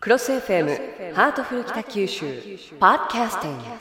クロス FM ハートフル北九州パーキャスティング。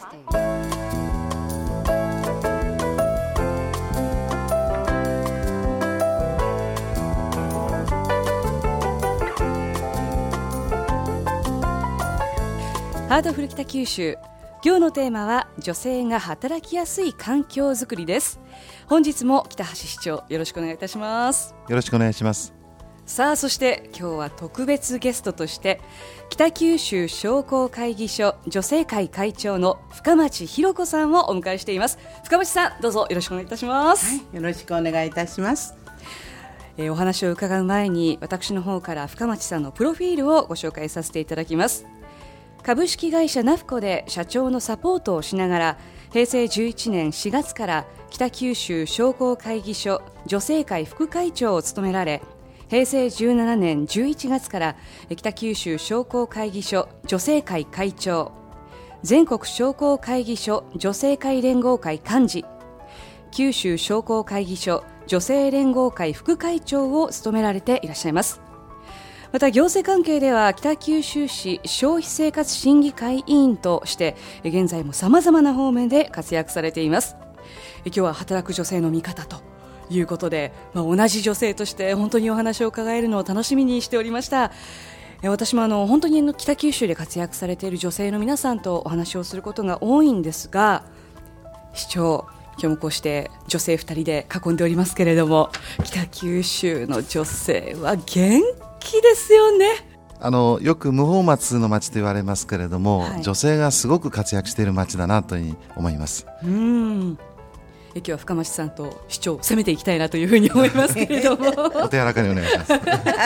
ハートフル北九州、今日のテーマは女性が働きやすい環境づくりです。本日も北橋市長、よろしくお願いいたします。 よろしくお願いします。 さあ、そして今日は特別ゲストとして北九州商工会議所女性会会長の深町博子さんをお迎えしています。深町さん、どうぞよろしくお願いいたします。 はい、よろしくお願いいたします。 お話を伺う前に私の方から深町さんのプロフィールをご紹介させていただきます。株式会社ナフコで社長のサポートをしながら平成11年4月から北九州商工会議所女性会副会長を務められ、平成17年11月から北九州商工会議所女性会会長、全国商工会議所女性会連合会幹事、九州商工会議所女性連合会副会長を務められていらっしゃいます。また行政関係では北九州市消費生活審議会委員として現在も様々な方面で活躍されています。今日は働く女性の味方ということで、同じ女性として本当にお話を伺えるのを楽しみにしておりました。私も本当に北九州で活躍されている女性の皆さんとお話をすることが多いんですが、市長、今日もこうして女性2人で囲んでおりますけれども、北九州の女性は元気ですよね。 よく無法松の町と言われますけれども、 はい、 女性がすごく活躍している町だなというふうに思います。 今日は深町さんと市長を攻めていきたいなというふうに思いますけれどもお手柔らかにお願いします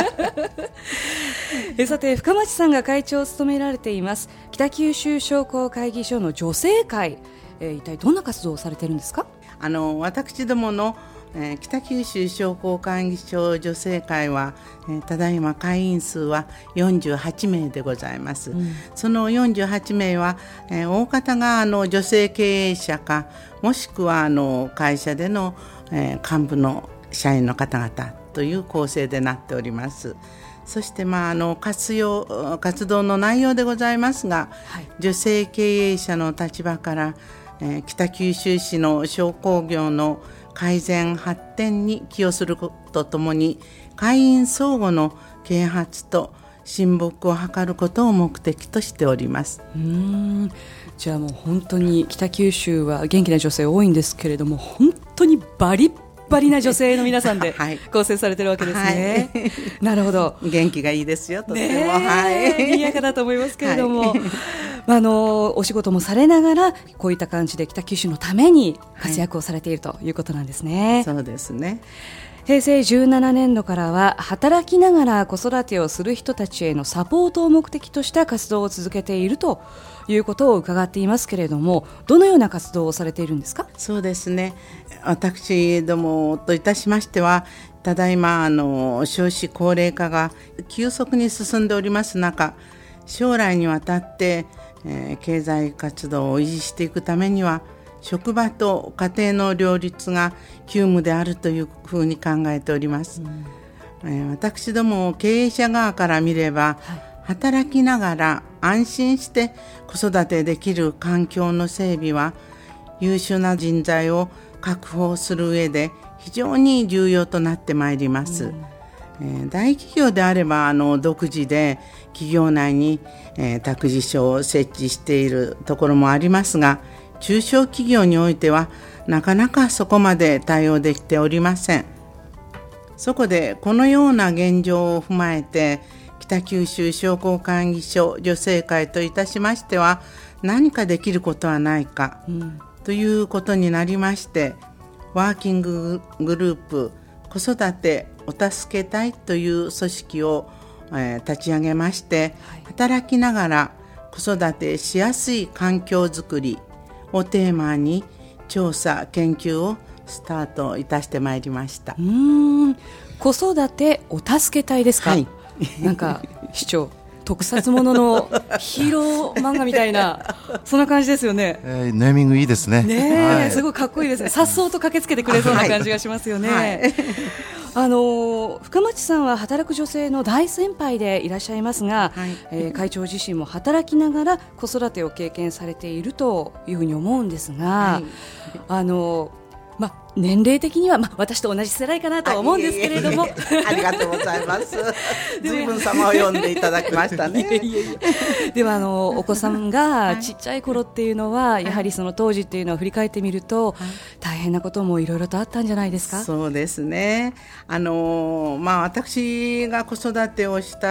さて、深町さんが会長を務められています北九州商工会議所の女性会、一体どんな活動をされているんですか？ 私どもの北九州商工会議所女性会は、ただいま会員数は48名でございます。その48名は、大方が女性経営者か、もしくは会社での、幹部の社員の方々という構成でなっております。そして、活動の内容でございますが、はい、女性経営者の立場から、北九州市の商工業の改善発展に寄与するとともに、会員相互の啓発と親睦を図ることを目的としております。 じゃあもう本当に北九州は元気な女性多いんですけれども、本当にバリッバリな女性の皆さんで構成されているわけですね、はい、なるほど。 元気がいいですよ、とても、 賑やかだと思いますけれども、お仕事もされながらこういった感じで北九州のために活躍をされているということなんですね。 そうですね。 平成17年度からは働きながら子育てをする人たちへのサポートを目的とした活動を続けているということを伺っていますけれども、どのような活動をされているんですか？ そうですね、私どもといたしましては、ただいま少子高齢化が急速に進んでおります中、将来にわたって、経済活動を維持していくためには、職場と家庭の両立が急務であるというふうに考えております。私ども経営者側から見れば、働きながら安心して子育てできる環境の整備は、優秀な人材を確保する上で非常に重要となってまいります。大企業であれば独自で企業内に、託児所を設置しているところもありますが、中小企業においてはなかなかそこまで対応できておりません。そこでこのような現状を踏まえて、北九州商工会議所女性会といたしましては、何かできることはないか、ということになりまして、ワーキンググループ子育てお助け隊という組織を、立ち上げまして、働きながら子育てしやすい環境づくりをテーマに調査研究をスタートいたしてまいりました。 子育てお助け隊ですか？はい、なんか市長特撮もののヒーロー漫画みたいなそんな感じですよね。 ネーミングいいですね。 ね、 はい、 すごいかっこいいですね。さっそうと駆けつけてくれそうな感じがしますよね。はい、深町さんは働く女性の大先輩でいらっしゃいますが、はい、会長自身も働きながら子育てを経験されているというふうに思うんですが、はい、年齢的には、私と同じ世代かなとは思うんですけれども、 ありがとうございます。随分様を呼んでいただきましたね。 ではお子さんがちっちゃい頃っていうのは、やはりその当時っていうのを振り返ってみると、大変なこともいろいろとあったんじゃないですか？ そうですね。私が子育てをした、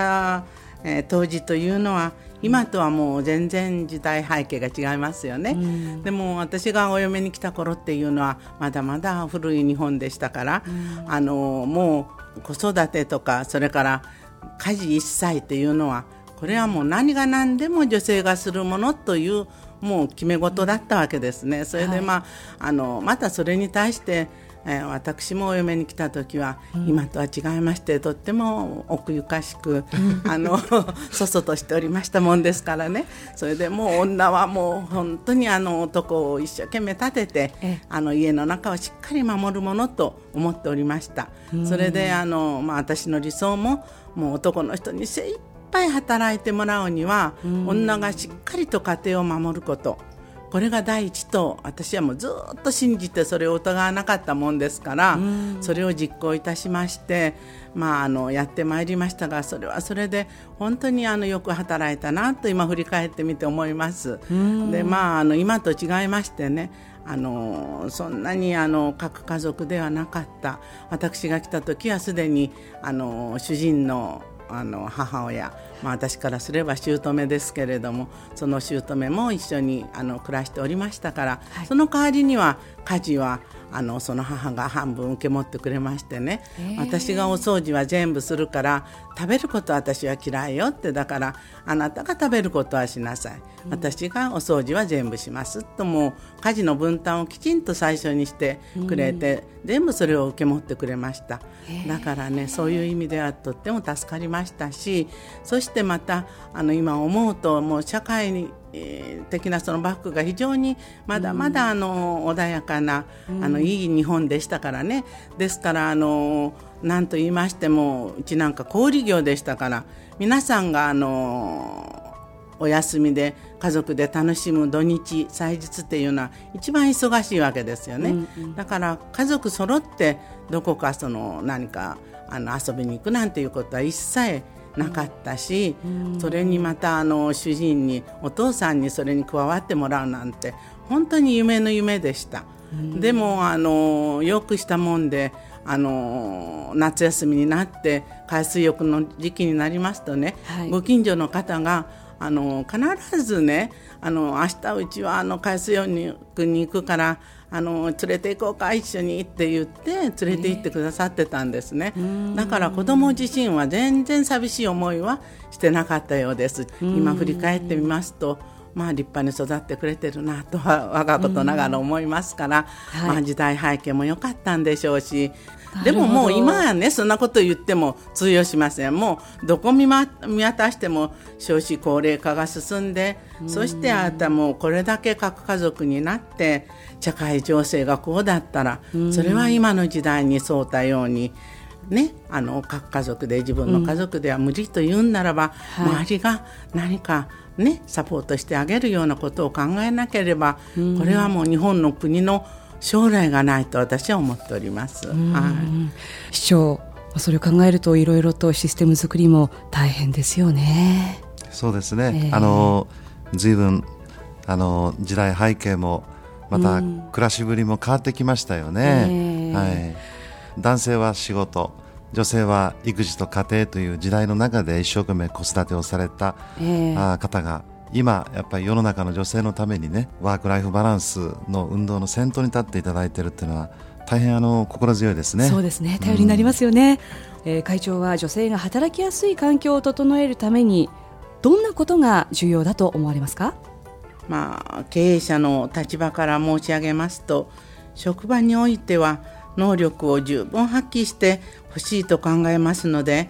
当時というのは今とはもう全然時代背景が違いますよね。でも私がお嫁に来た頃っていうのはまだまだ古い日本でしたから、もう子育てとかそれから家事一切っていうのはこれはもう何が何でも女性がするものというもう決め事だったわけですね。それでまたそれに対して私もお嫁に来た時は、今とは違いましてとっても奥ゆかしく、そそとしておりましたもんですからね。それでもう女はもう本当に男を一生懸命立てて家の中をしっかり守るものと思っておりました。それで私の理想ももう男の人に精一杯働いてもらうには、女がしっかりと家庭を守ること、これが第一と私はもうずっと信じてそれを疑わなかったもんですから、それを実行いたしまして、やってまいりましたが、それはそれで本当によく働いたなと今振り返ってみて思います。で今と違いましてね、そんなに各家族ではなかった。私が来た時はすでに主人の母親、私からすれば姑ですけれども、その姑も一緒に暮らしておりましたから、その代わりには家事はその母が半分受け持ってくれましてね、私がお掃除は全部するから食べることは私は嫌いよって、だからあなたが食べることはしなさい、私がお掃除は全部しますと、もう家事の分担をきちんと最初にしてくれて、全部それを受け持ってくれました。だからね、そういう意味ではとっても助かりましたし、そしてまた今思うともう社会的なそのバックが非常にまだまだ穏やかな、いい日本でしたからね。ですから何と言いましても、うちなんか小売業でしたから、皆さんがお休みで家族で楽しむ土日祭日っていうのは一番忙しいわけですよね。だから家族揃ってどこか何か遊びに行くなんていうことは一切なかったし、それにまた主人にお父さんにそれに加わってもらうなんて本当に夢の夢でした。でもよくしたもんで夏休みになって海水浴の時期になりますとね、ご近所の方が必ずね、明日うちは海水浴に行くから連れて行こうか一緒にって言って連れて行ってくださってたんですね。だから子供自身は全然寂しい思いはしてなかったようです。今振り返ってみますと、立派に育ってくれてるなとは我がことながら思いますから、時代背景も良かったんでしょうし、でももう今はね、そんなこと言っても通用しません。もうどこ見渡しても少子高齢化が進んで、そしてあなたもうこれだけ核家族になって社会情勢がこうだったら、それは今の時代に沿ったようにね、各家族で自分の家族では無理と言うんならば、周りが何かね、サポートしてあげるようなことを考えなければ、これはもう日本の国の将来がないと私は思っております。 市長、それを考えるといろいろとシステム作りも大変ですよね。 そうですね、随分時代背景もまた暮らしぶりも変わってきましたよね。男性は仕事、女性は育児と家庭という時代の中で一生懸命子育てをされた、方が今やっぱり世の中の女性のためにね、ワークライフバランスの運動の先頭に立っていただいているというのは大変心強いですね。 そうですね、頼りになりますよね。会長は女性が働きやすい環境を整えるためにどんなことが重要だと思われますか？ 経営者の立場から申し上げますと、職場においては能力を十分発揮してほしいと考えますので、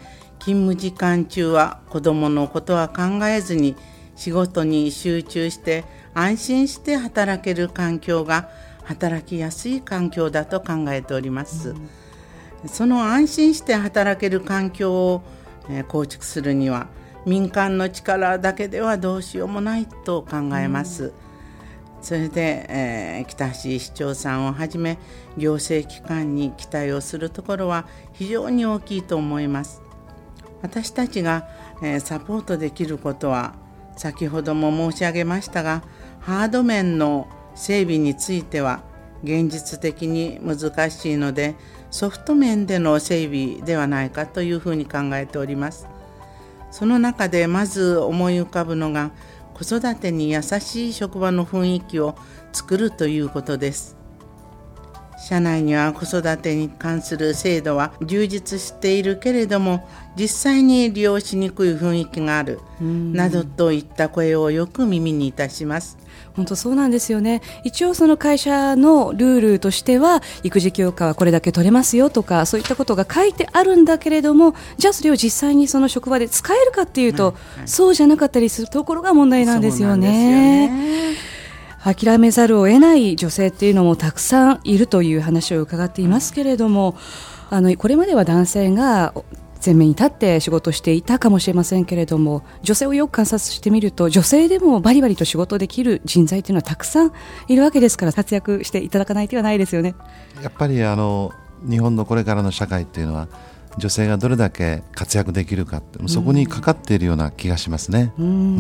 勤務時間中は子どものことは考えずに仕事に集中して安心して働ける環境が働きやすい環境だと考えております。その安心して働ける環境を構築するには民間の力だけではどうしようもないと考えます。それで、北橋市長さんをはじめ行政機関に期待をするところは非常に大きいと思います。私たちが、サポートできることは先ほども申し上げましたが、ハード面の整備については現実的に難しいのでソフト面での整備ではないかというふうに考えております。その中でまず思い浮かぶのが子育てに優しい職場の雰囲気を作るということです。社内には子育てに関する制度は充実しているけれども実際に利用しにくい雰囲気があるなどといった声をよく耳にいたします。 本当そうなんですよね。一応その会社のルールとしては育児休暇はこれだけ取れますよとかそういったことが書いてあるんだけれども、じゃあそれを実際にその職場で使えるかっていうと、そうじゃなかったりするところが問題なんですよね。諦めざるを得ない女性っていうのもたくさんいるという話を伺っていますけれども、これまでは男性が前面に立って仕事していたかもしれませんけれども、女性をよく観察してみると女性でもバリバリと仕事できる人材というのはたくさんいるわけですから、活躍していただかない手はないですよね。 やっぱり日本のこれからの社会っていうのは女性がどれだけ活躍できるかってそこにかかっているような気がしますね。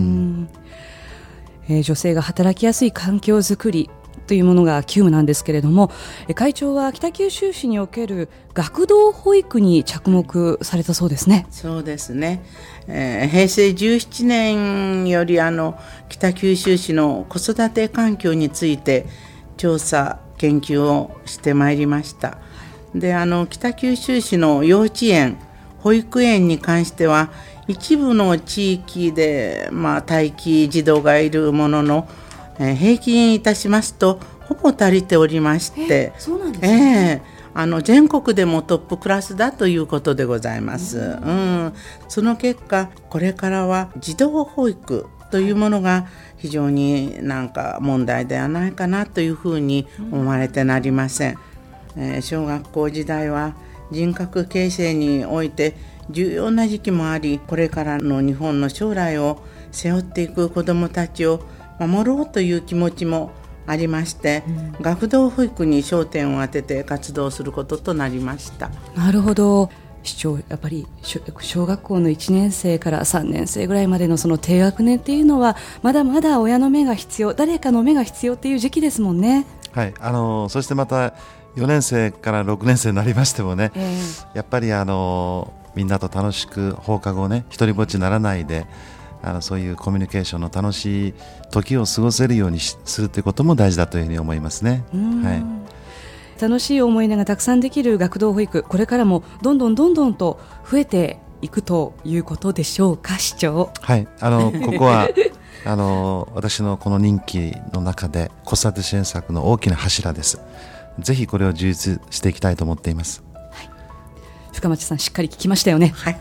女性が働きやすい環境づくりというものが急務なんですけれども、会長は北九州市における学童保育に着目されたそうですね。 そうですね、平成17年より北九州市の子育て環境について調査研究をしてまいりました。で北九州市の幼稚園保育園に関しては一部の地域で、待機児童がいるものの、平均いたしますとほぼ足りておりまして、 そうなんですね。 全国でもトップクラスだということでございます。その結果これからは児童保育というものが非常に問題ではないかなというふうに思われてなりません。小学校時代は人格形成において重要な時期もあり、これからの日本の将来を背負っていく子どもたちを守ろうという気持ちもありまして、学童保育に焦点を当てて活動することとなりました。 なるほど。市長、やっぱり小学校の1年生から3年生ぐらいまでのその低学年っていうのはまだまだ親の目が必要、誰かの目が必要っていう時期ですもんね。 はい、そしてまた4年生から6年生になりましてもね、やっぱりみんなと楽しく放課後ね一人ぼっちにならないでそういうコミュニケーションの楽しい時を過ごせるようにするということも大事だというふうに思いますね。 楽しい思い出がたくさんできる学童保育、これからもどんどんと増えていくということでしょうか、市長。 はい、ここは私のこの任期の中で子育て支援策の大きな柱です。ぜひこれを充実していきたいと思っています。 深町さんしっかり聞きましたよね。はい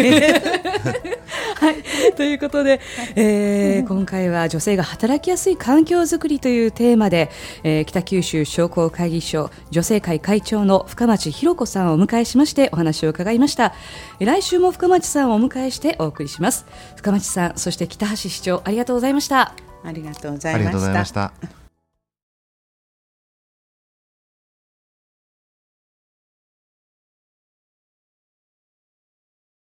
はい、ということで、今回は女性が働きやすい環境づくりというテーマで、北九州商工会議所女性会会長の深町弘子さんをお迎えしましてお話を伺いました。来週も深町さんをお迎えしてお送りします。深町さん、そして北橋市長、ありがとうございました。 ありがとうございました。